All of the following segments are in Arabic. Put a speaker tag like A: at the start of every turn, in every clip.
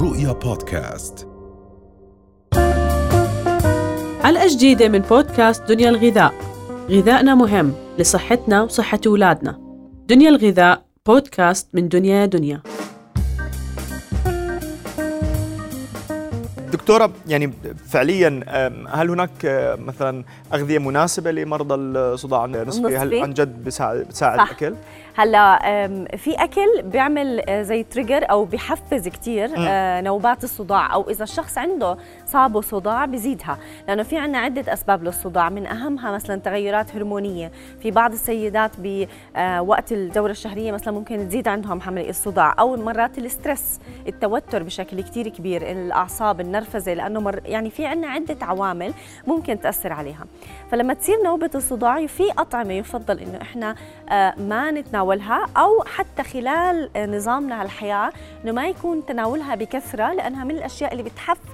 A: رؤيا بودكاست.
B: حلقة جديدة من بودكاست دنيا الغذاء. غذائنا مهم لصحتنا وصحة أولادنا. دنيا الغذاء بودكاست من دنيا.
C: دكتورة، يعني فعليا هل هناك مثلا أغذية مناسبة لمرضى الصداع النصفي؟ هل عن جد بتساعد الأكل؟
D: هلا في اكل بيعمل زي تريجر او بيحفز كتير نوبات الصداع، او اذا الشخص عنده صابه صداع بيزيدها، لانه في عندنا عده اسباب للصداع، من اهمها مثلا تغيرات هرمونيه. في بعض السيدات بوقت الدوره الشهريه مثلا ممكن تزيد عندهم حمل الصداع، او مرات الاسترس، التوتر بشكل كتير كبير، الاعصاب، النرفزه، لانه يعني في عندنا عده عوامل ممكن تاثر عليها. فلما تصير نوبه الصداع في اطعمه يفضل انه احنا ما نتناولها، أو حتى خلال نظامنا الحياة إنه ما يكون تناولها بكثرة، لأنها من الأشياء اللي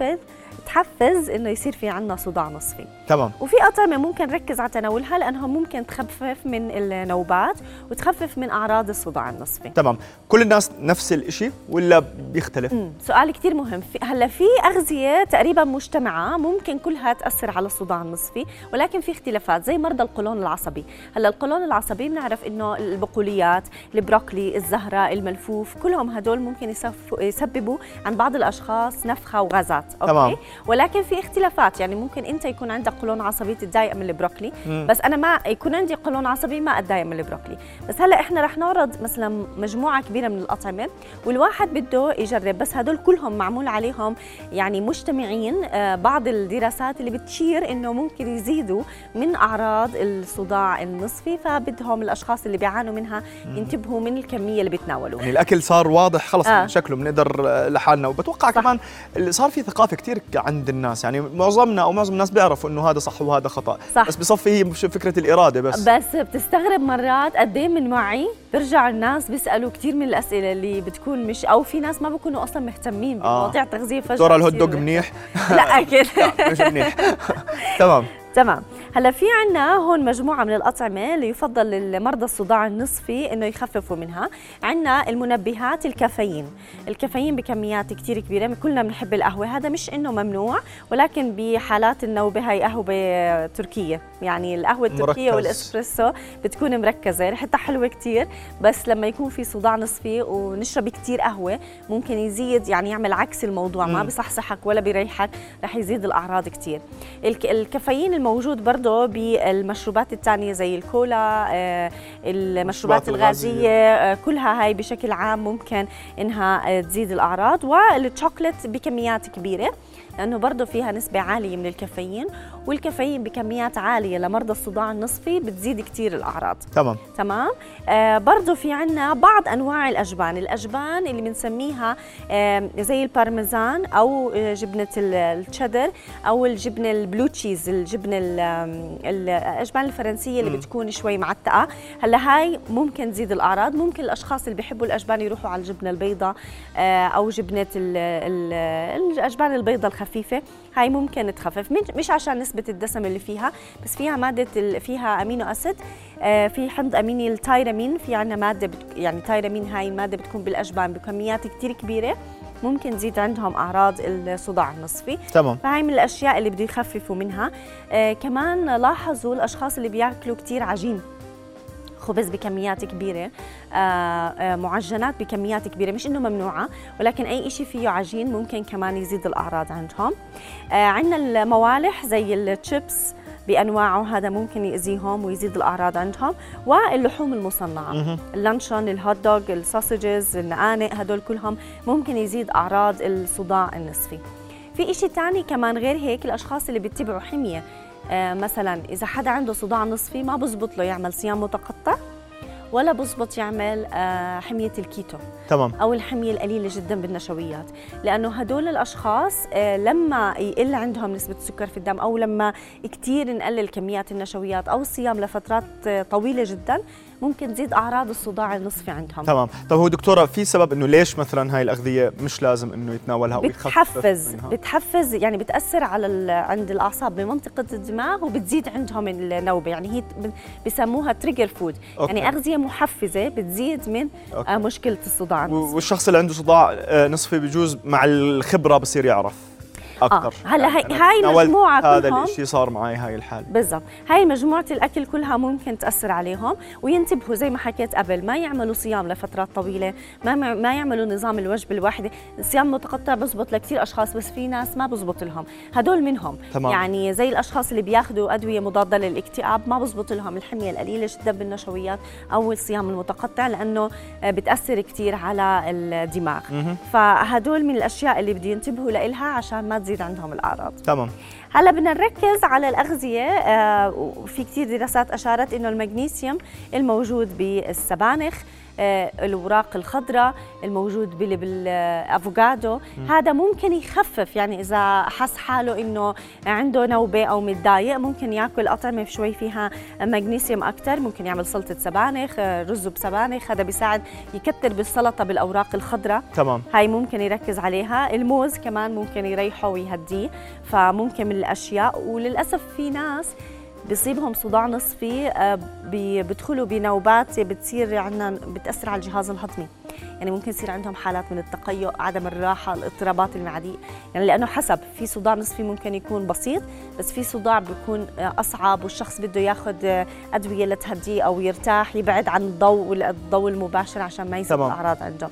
D: بتحفز إنه يصير في عنا صداع نصفي.
C: تمام.
D: وفي أطعمة ممكن نركز على تناولها لأنها ممكن تخفف من النوبات وتخفف من أعراض الصداع النصفي.
C: تمام. كل الناس نفس الإشي ولا بيختلف؟
D: سؤال كتير مهم. هلا في أغذية تقريبا مجتمعة ممكن كلها تأثر على الصداع النصفي، ولكن في اختلافات زي مرضى القولون العصبي. هلا القولون العصبي بنعرف إنه البقوليات، البروكلي، الزهرة، الملفوف، كلهم هدول ممكن يسببوا عند بعض الأشخاص نفخة وغازات. أوكي؟
C: تمام.
D: ولكن في اختلافات، يعني ممكن أنت يكون عندك قولون عصبي تتضايق من البروكلي، بس أنا ما يكون عندي قولون عصبي ما أتضايق من البروكلي. بس هلا إحنا رح نعرض مثلا مجموعة كبيرة من الأطعمة والواحد بده يجرب، بس هدول كلهم معمول عليهم يعني مجتمعين بعض الدراسات اللي بتشير إنه ممكن يزيدوا من أعراض الصداع النصفي، فبدهم الأشخاص اللي بيعانوا منها ينتبهوا من الكمية اللي بيتناولوها.
C: يعني الأكل صار واضح خلص من شكله بنقدر لحالنا، وبتوقع صح. كمان صار في ثقافة كتير عند الناس، يعني معظمنا أو معظم الناس بيعرفوا إنه هذا صح وهذا خطأ، صح. بس بصفي هي مش فكرة الإرادة بس بتستغرب
D: مرات قد ايه من معي برجع الناس بيسألوا كتير من الأسئلة اللي بتكون مش، أو في ناس ما بيكونوا أصلا مهتمين بمواضيع تغذية فجأة.
C: دكتورة الهوت دوغ منيح؟
D: لا أكيد
C: لا مش منيح. تمام.
D: هلا في عنا هون مجموعة من الأطعمة اللي يفضل لمرضى الصداع النصفي إنه يخففوا منها. عنا المنبهات، الكافيين بكميات كتير كبيرة. كلنا بنحب القهوة، هذا مش إنه ممنوع، ولكن بحالات النوبة هي قهوة تركية، يعني القهوة التركية والإسبريسو بتكون مركزة، ريحتها حلوة كتير، بس لما يكون في صداع نصفي ونشرب كتير قهوة ممكن يزيد، يعني يعمل عكس الموضوع، ما بيصحصحك ولا بيريحك، رح يزيد الأعراض كتير. الكافيين الموجود برضه بالمشروبات الثانية زي الكولا، المشروبات الغازية، كلها هاي بشكل عام ممكن إنها تزيد الأعراض. والشوكولات بكميات كبيرة لأنه برضه فيها نسبة عالية من الكافيين، والكافيين بكميات عالية لمرضى الصداع النصفي بتزيد كتير الأعراض. تمام. برضه في عنا بعض أنواع الأجبان اللي بنسميها زي البارميزان أو جبنة التشيدر أو الجبنة البلو تشيز، الجبنة الأجبان الفرنسية اللي بتكون شوي معتقة. هلا هاي ممكن تزيد الأعراض. ممكن الأشخاص اللي بيحبوا الأجبان يروحوا على الجبنة البيضاء أو جبنة الأجبان البيضاء الخفيفة، هاي ممكن تخفف، مش عشان نسبة الدسم اللي فيها، بس فيها مادة فيها أمينو أسيد، في حمض أميني التايرامين، في عنا مادة يعني تايرامين، هاي المادة بتكون بالأجبان بكميات كتير كبيرة، ممكن تزيد عندهم أعراض الصداع النصفي.
C: تمام.
D: فهاي من الأشياء اللي بده يخففوا منها. كمان لاحظوا الأشخاص اللي بياكلوا كتير عجين، خبز بكميات كبيرة، معجنات بكميات كبيرة، مش إنه ممنوعة، ولكن أي إشي فيه عجين ممكن كمان يزيد الأعراض عندهم. عندنا الموالح زي الشيبس بأنواعه، هذا ممكن يأذيهم ويزيد الأعراض عندهم. واللحوم المصنعة، اللانشون، الهوت دوغ، السوسجز، النقانق، هدول كلهم ممكن يزيد أعراض الصداع النصفي. في إشي تاني كمان غير هيك، الأشخاص اللي بيتبعوا حمية، مثلا إذا حدا عنده صداع نصفي ما بزبط له يعمل صيام متقطع، ولا بزبط يعمل حمية الكيتو.
C: تمام.
D: أو الحمية القليلة جدا بالنشويات، لأنه هدول الأشخاص لما يقل عندهم نسبة السكر في الدم، أو لما كتير نقلل كميات النشويات أو الصيام لفترات طويلة جدا، ممكن تزيد اعراض الصداع النصفي عندهم.
C: تمام. طب هو دكتوره في سبب انه ليش مثلا هاي الاغذيه مش لازم انه يتناولها
D: بتحفز يعني بتاثر على عند الاعصاب بمنطقه الدماغ وبتزيد عندهم النوبه، يعني هي بسموها تريجر فود. يعني اغذيه محفزه بتزيد من مشكله الصداع النصفي.
C: والشخص اللي عنده صداع نصفي بجوز مع الخبره بصير يعرف اكثر.
D: هلا هاي المجموعه كلهم
C: هذا الشيء صار معي هاي الحاله
D: بالضبط. هاي مجموعه الاكل كلها ممكن تاثر عليهم، وينتبهوا زي ما حكيت قبل ما يعملوا صيام لفترات طويله، ما يعملوا نظام الوجبه الواحده. الصيام المتقطع بزبط لكثير اشخاص، بس في ناس ما بزبط لهم، هدول منهم.
C: تمام.
D: يعني زي الاشخاص اللي بياخذوا ادويه مضاده للاكتئاب ما بزبط لهم الحميه القليله جدا بالنشويات او الصيام المتقطع، لانه بتاثر كثير على الدماغ. فهدول من الاشياء اللي بده ينتبهوا لها عشان ما تزيد عندهم الأعراض.
C: تمام.
D: هلا بدنا نركز على الأغذية. في كثير دراسات أشارت إنه المغنيسيوم الموجود بالسبانخ، الأوراق الخضراء الموجود بالأفوكادو، هذا ممكن يخفف. يعني إذا حس حاله إنه عنده نوبة أو متضايق ممكن يأكل أطعمة شوي فيها مغنيسيوم أكثر. ممكن يعمل سلطة سبانخ، رز بسبانخ، هذا بيساعد يكتر بالسلطة بالأوراق الخضراء.
C: تمام.
D: هاي ممكن يركز عليها. الموز كمان ممكن يريحه ويهديه، فممكن من الأشياء. وللأسف في ناس بيصيبهم صداع نصفي بيدخلوا بنوبات بتصير عندنا بتأثر على الجهاز الهضمي. يعني ممكن يصير عندهم حالات من التقيؤ، عدم الراحة، الاضطرابات المعدية. يعني لأنه حسب، في صداع نصفي ممكن يكون بسيط، بس في صداع بيكون أصعب والشخص بده ياخذ أدوية لتهديه أو يرتاح، يبعد عن الضوء المباشر عشان ما يصير الأعراض عنده.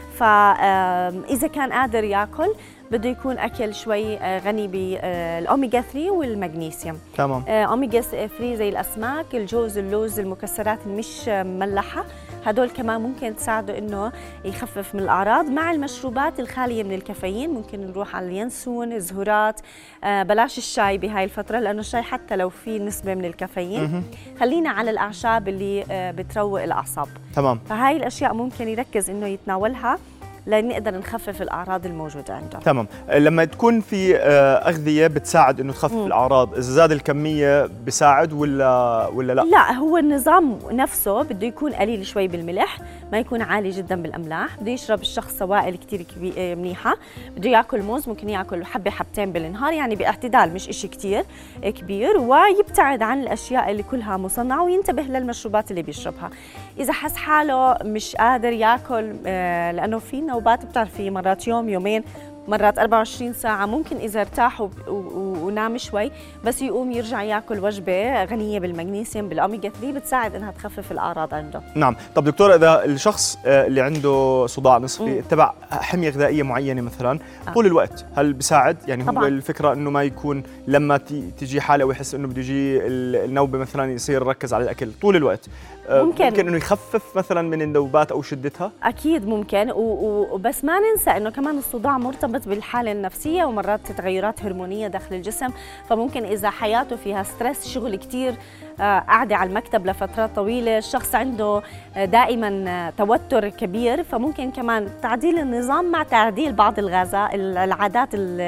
D: فإذا كان قادر ياكل بده يكون أكل شوي غني بالأوميجا 3 والمغنيسيوم.
C: تمام.
D: أوميجا 3 زي الأسماك، الجوز، اللوز، المكسرات المش مملحة، هدول كمان ممكن تساعده إنه يخفف من الأعراض. مع المشروبات الخالية من الكافيين ممكن نروح على اليانسون، الزهورات. بلاش الشاي بهاي الفترة، لأنه الشاي حتى لو في نسبة من الكافيين خلينا على الأعشاب اللي بتروق الأعصاب.
C: تمام.
D: فهاي الأشياء ممكن يركز إنه يتناولها لنقدر نخفف الأعراض الموجودة عنده.
C: تمام. لما تكون في أغذية بتساعد إنه تخفف الأعراض، إذا زاد الكمية بساعد ولا لا؟
D: لا، هو النظام نفسه بده يكون قليل شوي بالملح، ما يكون عالي جدا بالأملاح. بده يشرب الشخص سوائل كتير منيحة. بده يأكل موز، ممكن يأكل حبة حبتين بالنهار، يعني باعتدال، مش إشي كتير كبير. ويبتعد عن الأشياء اللي كلها مصنعة وينتبه للمشروبات اللي بيشربها. إذا حس حاله مش قادر يأكل، لأنه في نوبات بتعرفي مرات يوم يومين، مرات 24 ساعة، ممكن إذا ارتاح ونام شوي بس يقوم يرجع يأكل وجبة غنية بالمغنيسيوم بالأوميجا 3 بتساعد إنها تخفف الأعراض عنده.
C: نعم. طب دكتورة، إذا الشخص اللي عنده صداع نصفي اتبع حمية غذائية معينة مثلا طول الوقت، هل بيساعد؟ يعني
D: طبعاً.
C: هو الفكرة إنه ما يكون لما تيجي حالة ويحس إنه بده يجي النوبة مثلا يصير يركز على الأكل طول الوقت. ممكن إنه يخفف مثلا من النوبات أو شدتها؟
D: أكيد ممكن. وبس ما ننسى إنه كمان الصداع مرتبط بالحالة النفسية ومرات تغيرات هرمونية داخل الجسم. فممكن إذا حياته فيها ستريس، شغل كتير، قاعدة على المكتب لفترات طويلة، الشخص عنده دائما توتر كبير، فممكن كمان تعديل النظام مع تعديل بعض العادات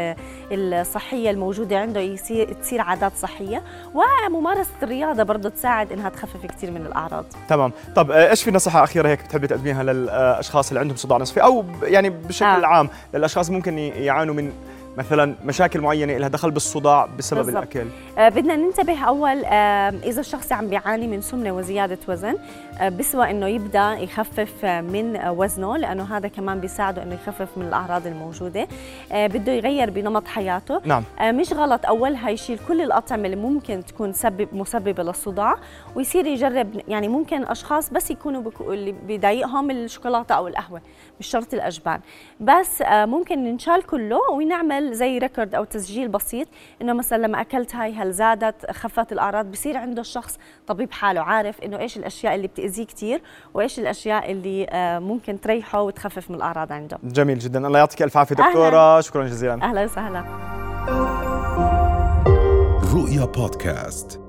D: الصحية الموجودة عنده تصير عادات صحية. وممارسة الرياضة برضه تساعد إنها تخفف كتير من الأعراض.
C: تمام. طب إيش في نصيحة أخيرة هيك بتحبي تقدميها للأشخاص اللي عندهم صداع نصفي، أو يعني بشكل عام للأشخاص ممكن يعانوا من مثلا مشاكل معينة لها دخل بالصداع بسبب
D: بالزبط.
C: الأكل؟
D: بدنا ننتبه أول، إذا الشخص عم بيعاني من سمنة وزيادة وزن، بسوى إنه يبدأ يخفف من وزنه، لأنه هذا كمان بيساعده إنه يخفف من الأعراض الموجودة. بده يغير بنمط حياته.
C: نعم.
D: مش غلط أولها يشيل كل الأطعمة اللي ممكن تكون مسببة للصداع، ويصير يجرب. يعني ممكن أشخاص بس يكونوا اللي بيضايقهم الشوكولاتة أو القهوة، مش شرط الأجبان، بس ممكن ننشال كله ونعمل زي ريكورد أو تسجيل بسيط إنه مثلا لما أكلت هاي هل زادت، خفت الأعراض. بصير عنده الشخص طبيب حاله، عارف إنه إيش الأشياء اللي بتأذيه كتير وإيش الأشياء اللي ممكن تريحه وتخفف من الأعراض عنده.
C: جميل جدا. الله يعطيك ألف عافية دكتورة. شكرا جزيلا.
D: أهلا وسهلا.
A: رؤيا بودكاست.